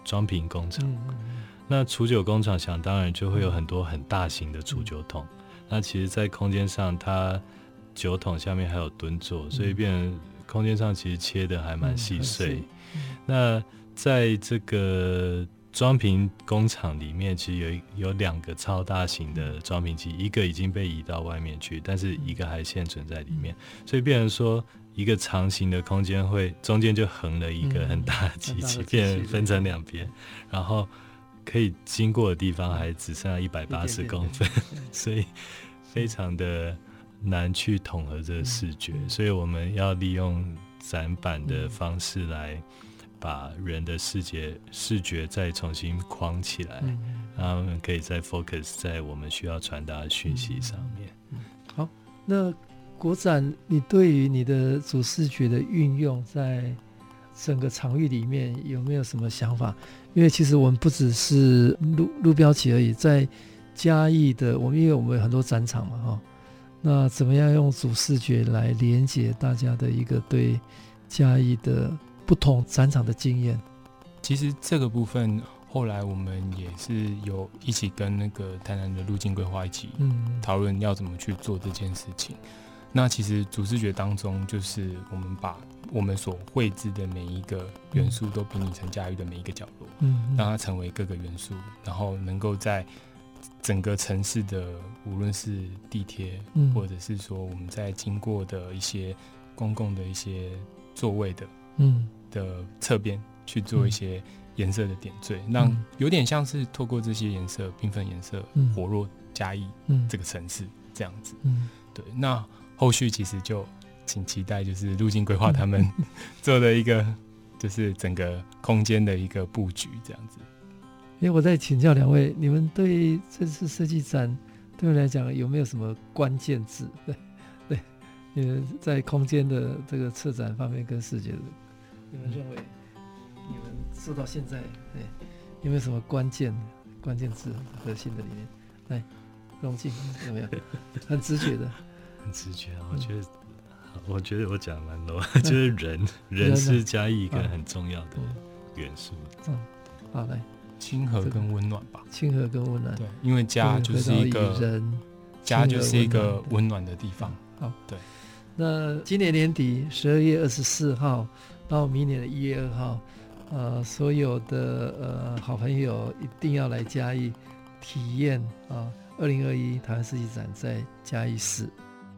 装瓶工厂。 嗯嗯那储酒工厂想当然就会有很多很大型的储酒桶，嗯、那其实在空间上它酒桶下面还有蹲座，嗯、所以变成空间上其实切的还蛮细碎。嗯、那在这个装瓶工厂里面，其实有有两个超大型的装瓶机，一个已经被移到外面去，但是一个还现存在里面，嗯、所以变成说一个长形的空间会中间就横了一个很大的机器，嗯、变成分成两边，然后可以经过的地方还只剩下一百八十公分，所以非常的难去统合这个视觉，嗯、所以我们要利用展板的方式来把人的视觉视觉再重新框起来，嗯、然后他们可以再 focus 在我们需要传达的讯息上面。 嗯、好，那国展你对于你的主视觉的运用在整个场域里面有没有什么想法？因为其实我们不只是路路标旗而已，在嘉义的我们因为我们有很多展场嘛，哦，那怎么样用主视觉来连接大家的一个对嘉义的不同展场的经验？ 其实这个部分后来我们也是有一起跟那个台南的路径规划一起讨论要怎么去做这件事情。嗯、那其实主视觉当中，就是我们把我们所绘制的每一个元素都比拟成嘉义的每一个角落，嗯，让它成为各个元素，然后能够在整个城市的无论是地铁，嗯、或者是说我们在经过的一些公共的一些座位的，嗯，的侧边去做一些颜色的点缀，嗯、让有点像是透过这些颜色缤纷颜色，嗯、活络嘉义这个城市这样子。嗯，对。那后续其实就请期待，就是路径规划他们做的一个，就是整个空间的一个布局这样子。 因为我再请教两位，你们对这次设计展对你来讲有没有什么关键字？对，对，你们在空间的这个策展方面跟视觉的，你们认为你们做到现在，对，有没有什么关键关键字核心的里面？来，荣静有没有？很直觉的， 很直觉，我觉得。嗯我觉得我讲蛮 low， 就是人，人是嘉义一个很重要的元素。 嗯，好，来， 亲和跟温暖吧。 亲和跟温暖， 对，因为家就是一个人，家就是一个温暖的地方。 好， 对。 那今年年底十二月二十四号到明年的一月二号，呃，所有的呃好朋友一定要来嘉义体验啊！二零二一台湾设计展在嘉义市。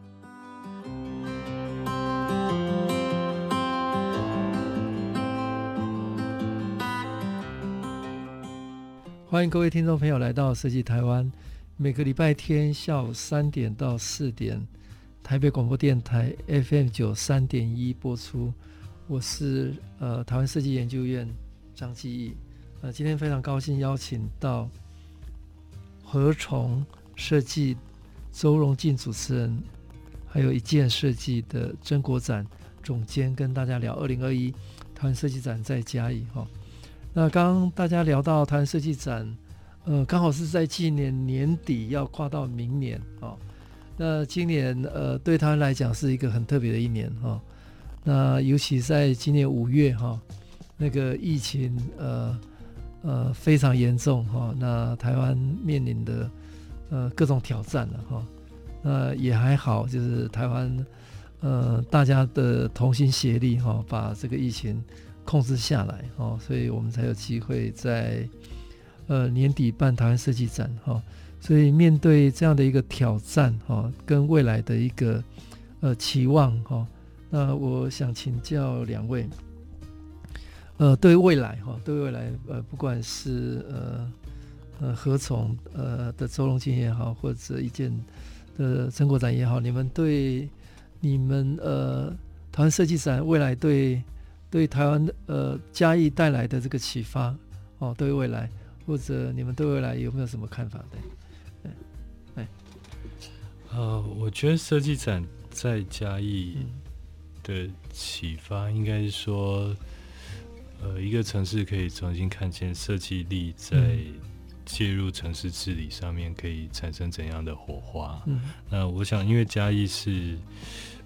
欢迎各位听众朋友来到设计台湾，每个礼拜天下午三点到四点，台北广播电台 F M 九三点一播出。我是呃台湾设计研究院张基义，呃今天非常高兴邀请到禾虫设计周荣进主持人，还有一件设计的曾国展总监，跟大家聊二零二一台湾设计展在嘉义哈。那刚刚大家聊到台湾设计展，呃，刚好是在今年年底要跨到明年哦。那今年呃，对台湾来讲是一个很特别的一年哈、哦。那尤其在今年五月哈、哦，那个疫情呃呃非常严重哈、哦。那台湾面临的呃各种挑战了哈、哦。那也还好，就是台湾呃大家的同心协力哈、哦，把这个疫情控制下来、哦、所以我们才有机会在呃年底办台湾设计展、哦、所以面对这样的一个挑战、哦、跟未来的一个呃期望、哦、那我想请教两位，呃对未来、哦、对未来呃不管是呃呃禾虫呃的周荣进也好，或者一件的曾国展也好，你们对你们呃台湾设计展未来对对台湾呃嘉义带来的这个启发哦，对未来或者你们对未来有没有什么看法？对，对， 呃，我觉得设计展在嘉义的启发，应该是说，呃，一个城市可以重新看见设计力在介入城市治理上面可以产生怎样的火花。嗯，那我想，因为嘉义是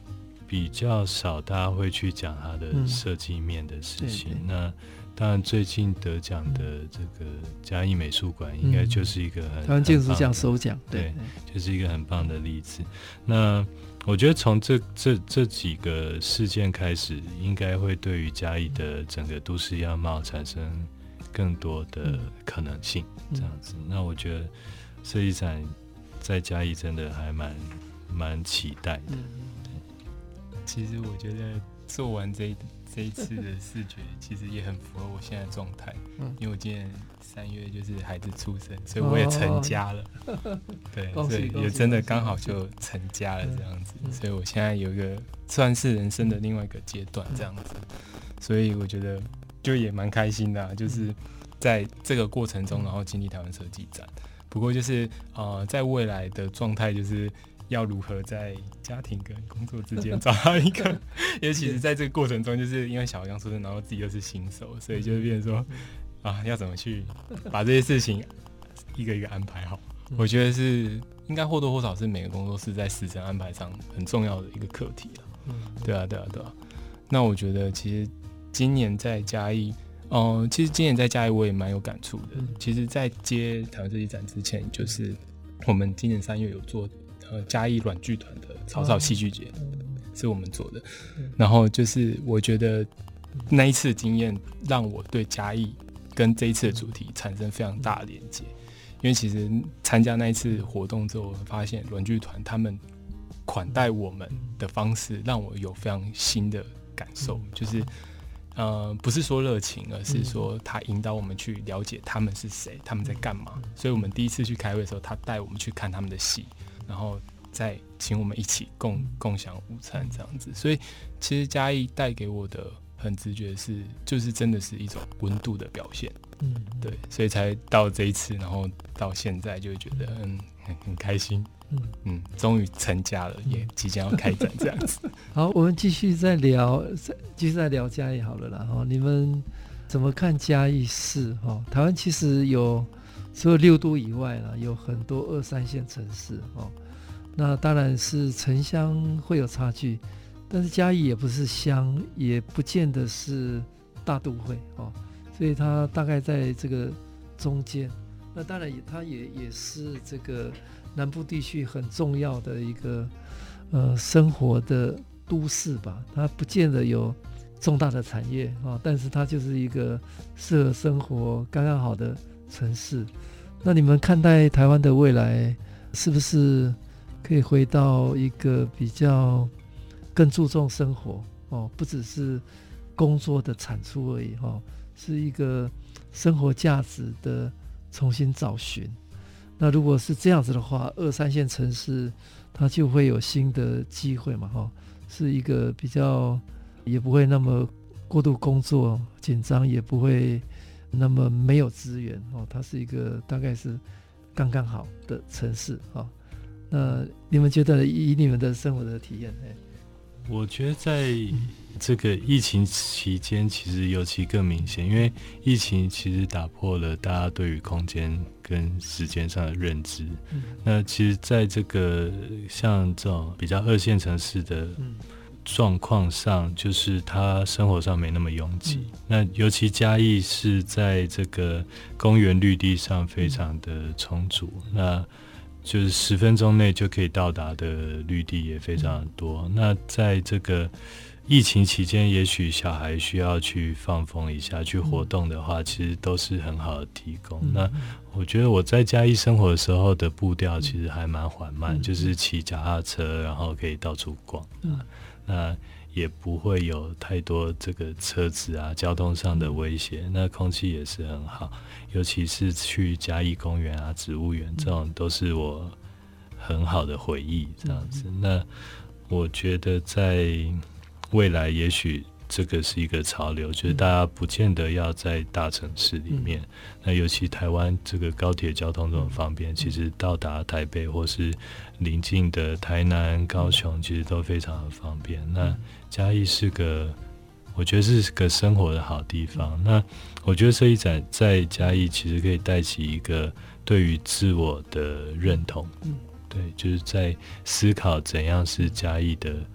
比较少大家会去讲它的设计面的事情。 嗯、 那当然最近得奖的这个嘉义美术馆应该就是一个很台湾建筑奖首奖， 对，就是一个很棒的例子。那我觉得从这这这几个事件开始，应该会对于嘉义的整个都市样貌产生更多的可能性，这样子。那我觉得设计展在嘉义真的还蛮蛮期待的。 其实我觉得做完这一这一次的视觉，其实也很符合我现在的状态。嗯，因为我今年三月就是孩子出生，所以我也成家了。哦、对，所以也真的刚好就成家了这样子。嗯、所以我现在有一个算是人生的另外一个阶段这样子，所以我觉得就也蛮开心的、啊，就是在这个过程中，然后经历台湾设计展。不过就是呃，在未来的状态就是要如何在家庭跟工作之间找到一个，因为其实在这个过程中，就是因为小孩刚出生，然后自己又是新手，所以就变成说啊，要怎么去把这些事情一个一个安排好。我觉得是应该或多或少是每个工作室在时程安排上很重要的一个课题了。对啊，对啊，对啊。那我觉得其实今年在嘉义。嗯，其实今年在嘉义我也蛮有感触的。嗯、其实，在接台湾设计展之前，就是我们今年三月有做呃嘉义软剧团的草草戏剧节，哦、是我们做的。嗯、然后就是我觉得那一次的经验让我对嘉义跟这一次的主题产生非常大的连接，因为其实参加那一次活动之后，我发现软剧团他们款待我们的方式，让我有非常新的感受，嗯、就是。呃，不是说热情，而是说他引导我们去了解他们是谁，他们在干嘛。所以我们第一次去开会的时候，他带我们去看他们的戏，然后再请我们一起共共享午餐这样子。所以其实嘉义带给我的很直觉是，就是真的是一种温度的表现。嗯，对，所以才到这一次，然后到现在就会觉得嗯很很开心。嗯嗯，终于成家了，也即将要开展这样子。 好，我们继续再聊，继续再聊嘉义好了啦。哈，你们怎么看嘉义市？哈，台湾其实有除了六都以外啦，有很多二三线城市。哦，那当然是城乡会有差距，但是嘉义也不是乡，也不见得是大都会。哦，所以它大概在这个中间。那当然也，它也也是这个。南部地区很重要的一个呃生活的都市吧，它不见得有重大的产业啊，但是它就是一个适合生活刚刚好的城市。那你们看待台湾的未来，是不是可以回到一个比较更注重生活哦，不只是工作的产出而已哦，是一个生活价值的重新找寻。那如果是这样子的话，二三线城市它就会有新的机会嘛，哈，是一个比较也不会那么过度工作紧张，也不会那么没有资源哦，它是一个大概是刚刚好的城市啊。那你们觉得以你们的生活的体验？ 我觉得在这个疫情期间，其实尤其更明显，因为疫情其实打破了大家对于空间跟时间上的认知。嗯、那其实在这个像这种比较二线城市的状况上，就是他生活上没那么拥挤。嗯、那尤其嘉义是在这个公园绿地上非常的充足，嗯、那就是十分钟内就可以到达的绿地也非常多。嗯、那在这个疫情期间，也许小孩需要去放风一下、去活动的话，其实都是很好的提供。嗯、那我觉得我在嘉义生活的时候的步调其实还蛮缓慢，嗯、就是骑脚踏车，然后可以到处逛。嗯、那也不会有太多这个车子啊、交通上的威胁。那空气也是很好，尤其是去嘉义公园啊、植物园，这种都是我很好的回忆。这样子，那我觉得在未来也许这个是一个潮流，就是大家不见得要在大城市里面。嗯、那尤其台湾这个高铁交通这么方便，其实到达台北或是邻近的台南、高雄，其实都非常的方便。那嘉义是个，我觉得是个生活的好地方。那我觉得设计展在嘉义其实可以带起一个对于自我的认同。对，就是在思考怎样是嘉义的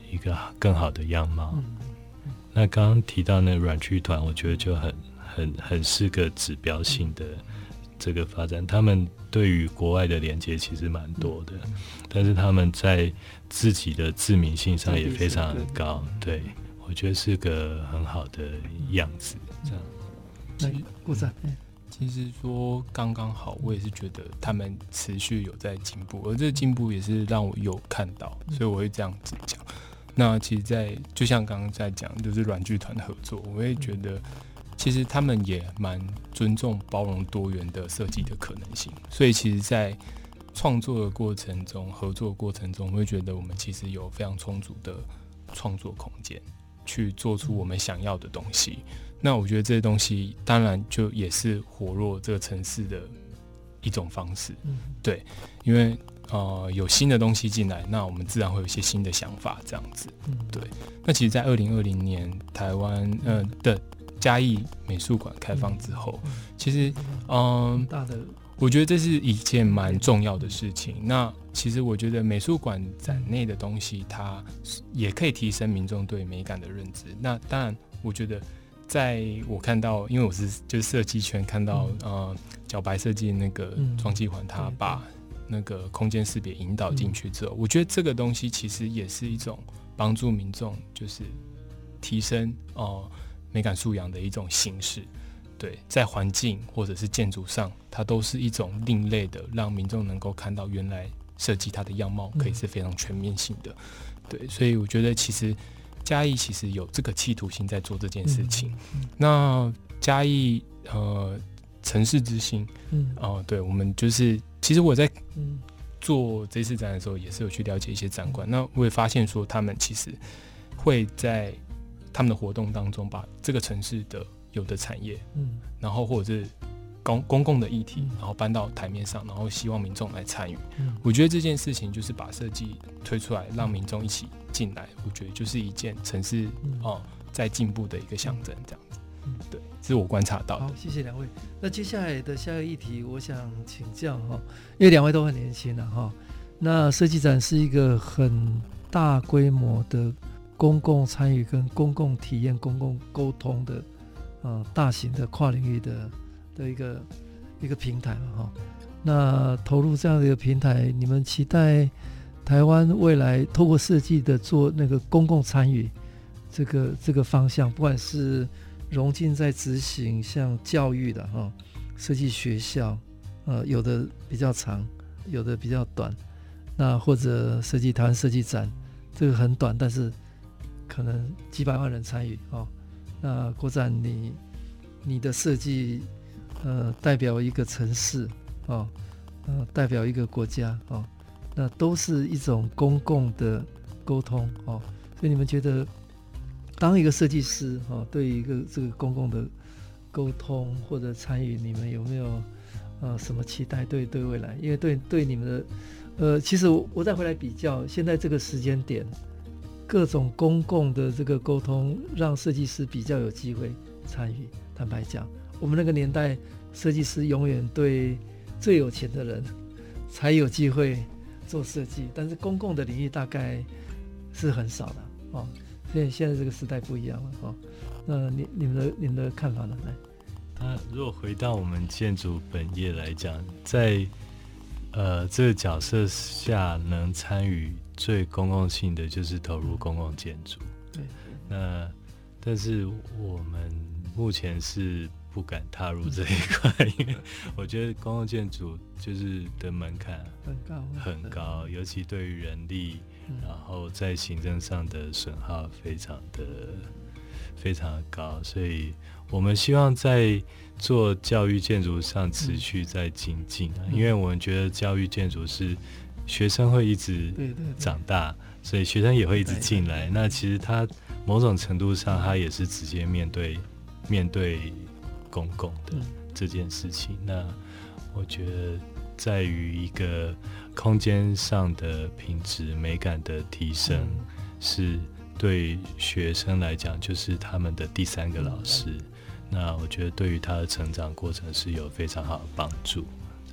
一个更好的样貌。嗯嗯、那刚刚提到那个软剧团，我觉得就很很很是个指标性的这个发展。他们对于国外的连接其实蛮多的，嗯、但是他们在自己的自明性上也非常的高。对，我觉得是个很好的样子。这样， 那鼓掌。 其实说刚刚好，我也是觉得他们持续有在进步，而这个进步也是让我有看到，所以我会这样子讲。那其实在就像刚刚在讲，就是软剧团的合作，我会觉得其实他们也蛮尊重包容多元的设计的可能性，所以其实在创作的过程中，合作的过程中，我会觉得我们其实有非常充足的创作空间，去做出我们想要的东西。那我觉得这些东西当然就也是活络这个城市的一种方式，嗯、对，因为呃有新的东西进来，那我们自然会有一些新的想法，这样子，嗯、对。那其实，在二零二零年台湾呃的嘉义美术馆开放之后，嗯、其实嗯、呃，我觉得这是一件蛮重要的事情。那其实我觉得美术馆展内的东西，它也可以提升民众对美感的认知。那当然，我觉得。在我看到，因为我是就是设计圈看到，嗯、呃，角白设计那个装机环，他把那个空间识别引导进去之后，嗯、我觉得这个东西其实也是一种帮助民众就是提升哦、呃、美感素养的一种形式。对，在环境或者是建筑上，它都是一种另类的，让民众能够看到原来设计它的样貌可以是非常全面性的。对，所以我觉得其实。嘉义其实有这个企图心在做这件事情。嗯嗯、那嘉义呃城市之星，嗯，哦、呃，对，我们就是其实我在做这次展的时候，也是有去了解一些展馆。嗯、那我也发现说，他们其实会在他们的活动当中，把这个城市的有的产业，嗯，然后或者是公公共的议题，然后搬到台面上，然后希望民众来参与。嗯、我觉得这件事情就是把设计推出来，让民众一起进来。我觉得就是一件城市、嗯哦、在进步的一个象征，这样子。嗯、对，这是我观察到的。 好，谢谢两位。那接下来的下一个议题，我想请教哈，因为两位都很年轻了哈。那设计展是一个很大规模的公共参与跟公共体验、公共沟通的呃大型的跨领域的。的一个一个平台嘛哈，那投入这样的一个平台，你们期待台湾未来透过设计的做那个公共参与这个这个方向，不管是融进在执行，像教育的哈，设计学校，呃，有的比较长，有的比较短，那或者设计台湾设计展，这个很短，但是可能几百万人参与哦。那国展你你的设计。呃，代表一个城市哦，呃，代表一个国家哦，那都是一种公共的沟通哦。所以你们觉得，当一个设计师哦，对于一个这个公共的沟通或者参与，你们有没有呃什么期待？对对未来，因为对对你们的呃，其实我我再回来比较，现在这个时间点，各种公共的这个沟通，让设计师比较有机会参与。坦白讲。我们那个年代，设计师永远对最有钱的人才有机会做设计，但是公共的领域大概是很少的哦。所以现在这个时代不一样了哦。那你你们的你们的看法呢？来， 那如果回到我们建筑本业来讲，在呃这个角色下能参与最公共性的就是投入公共建筑。对。那但是我们目前是。不敢踏入这一块，因为我觉得公共建筑就是的门槛很高很高，尤其对于人力，然后在行政上的损耗非常的非常的高，所以我们希望在做教育建筑上持续在精进、啊、因为我们觉得教育建筑是学生会一直长大，所以学生也会一直进来，那其实他某种程度上他也是直接面对面对公共的这件事情、嗯、那我觉得在于一个空间上的品质美感的提升、嗯、是对学生来讲就是他们的第三个老师、嗯、那我觉得对于他的成长过程是有非常好的帮助。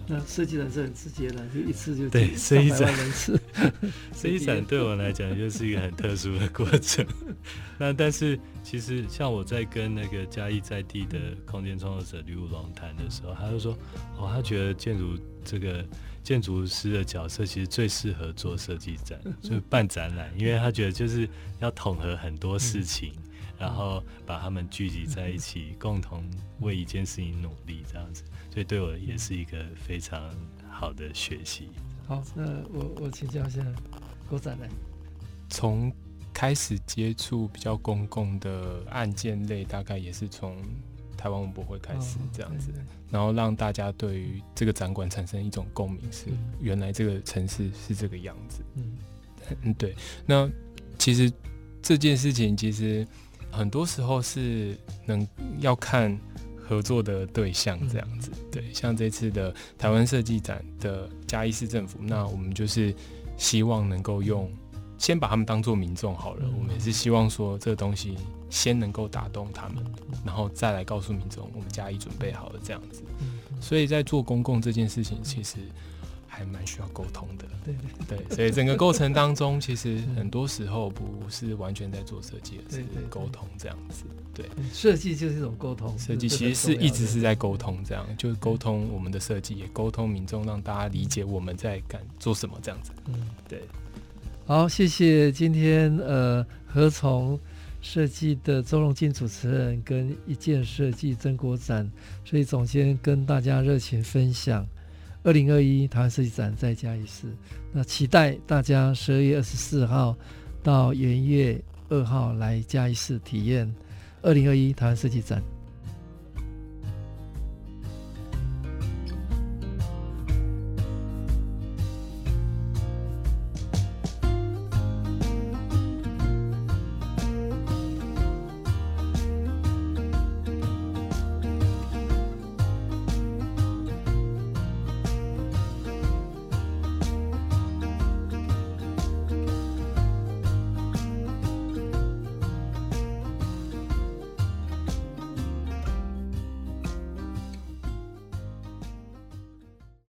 那设计展是很直接的，就一次就对设计展人次。 设计展对我来讲就是一个很特殊的过程。那但是其实像我在跟那个嘉义在地的空间创作者吕武龙谈的时候，他就说，哦，他觉得建筑这个建筑师的角色其实最适合做设计展，就是办展览，因为他觉得就是要统合很多事情。然后把他们聚集在一起，共同为一件事情努力，这样子，所以对我也是一个非常好的学习。 好，那我我请教一下郭展来。 从开始接触比较公共的案件类，大概也是从台湾文博会开始这样子，哦、然后让大家对于这个展馆产生一种共鸣，是原来这个城市是这个样子。嗯嗯，对。那其实这件事情其实。很多时候是能要看合作的对象这样子，对，像这次的台湾设计展的嘉义市政府，那我们就是希望能够用先把他们当作民众好了，我们也是希望说这个东西先能够打动他们，然后再来告诉民众我们嘉义准备好了这样子。所以在做公共这件事情，其实还蛮需要沟通的，对对对，所以整个过程当中，其实很多时候不是完全在做设计，而是沟通这样子。对， 设计就是一种沟通， 设计其实是一直是在沟通，这样就是沟通我们的设计，也沟通民众，让大家理解我们在干做什么这样子。嗯，对。 好，谢谢今天呃何从设计的周荣进主持人跟一件设计曾国展所以总监跟大家热情分享。二零二一台湾设计展在嘉义市，那期待大家十二月二十四号到元月二号来嘉义市体验二零二一台湾设计展。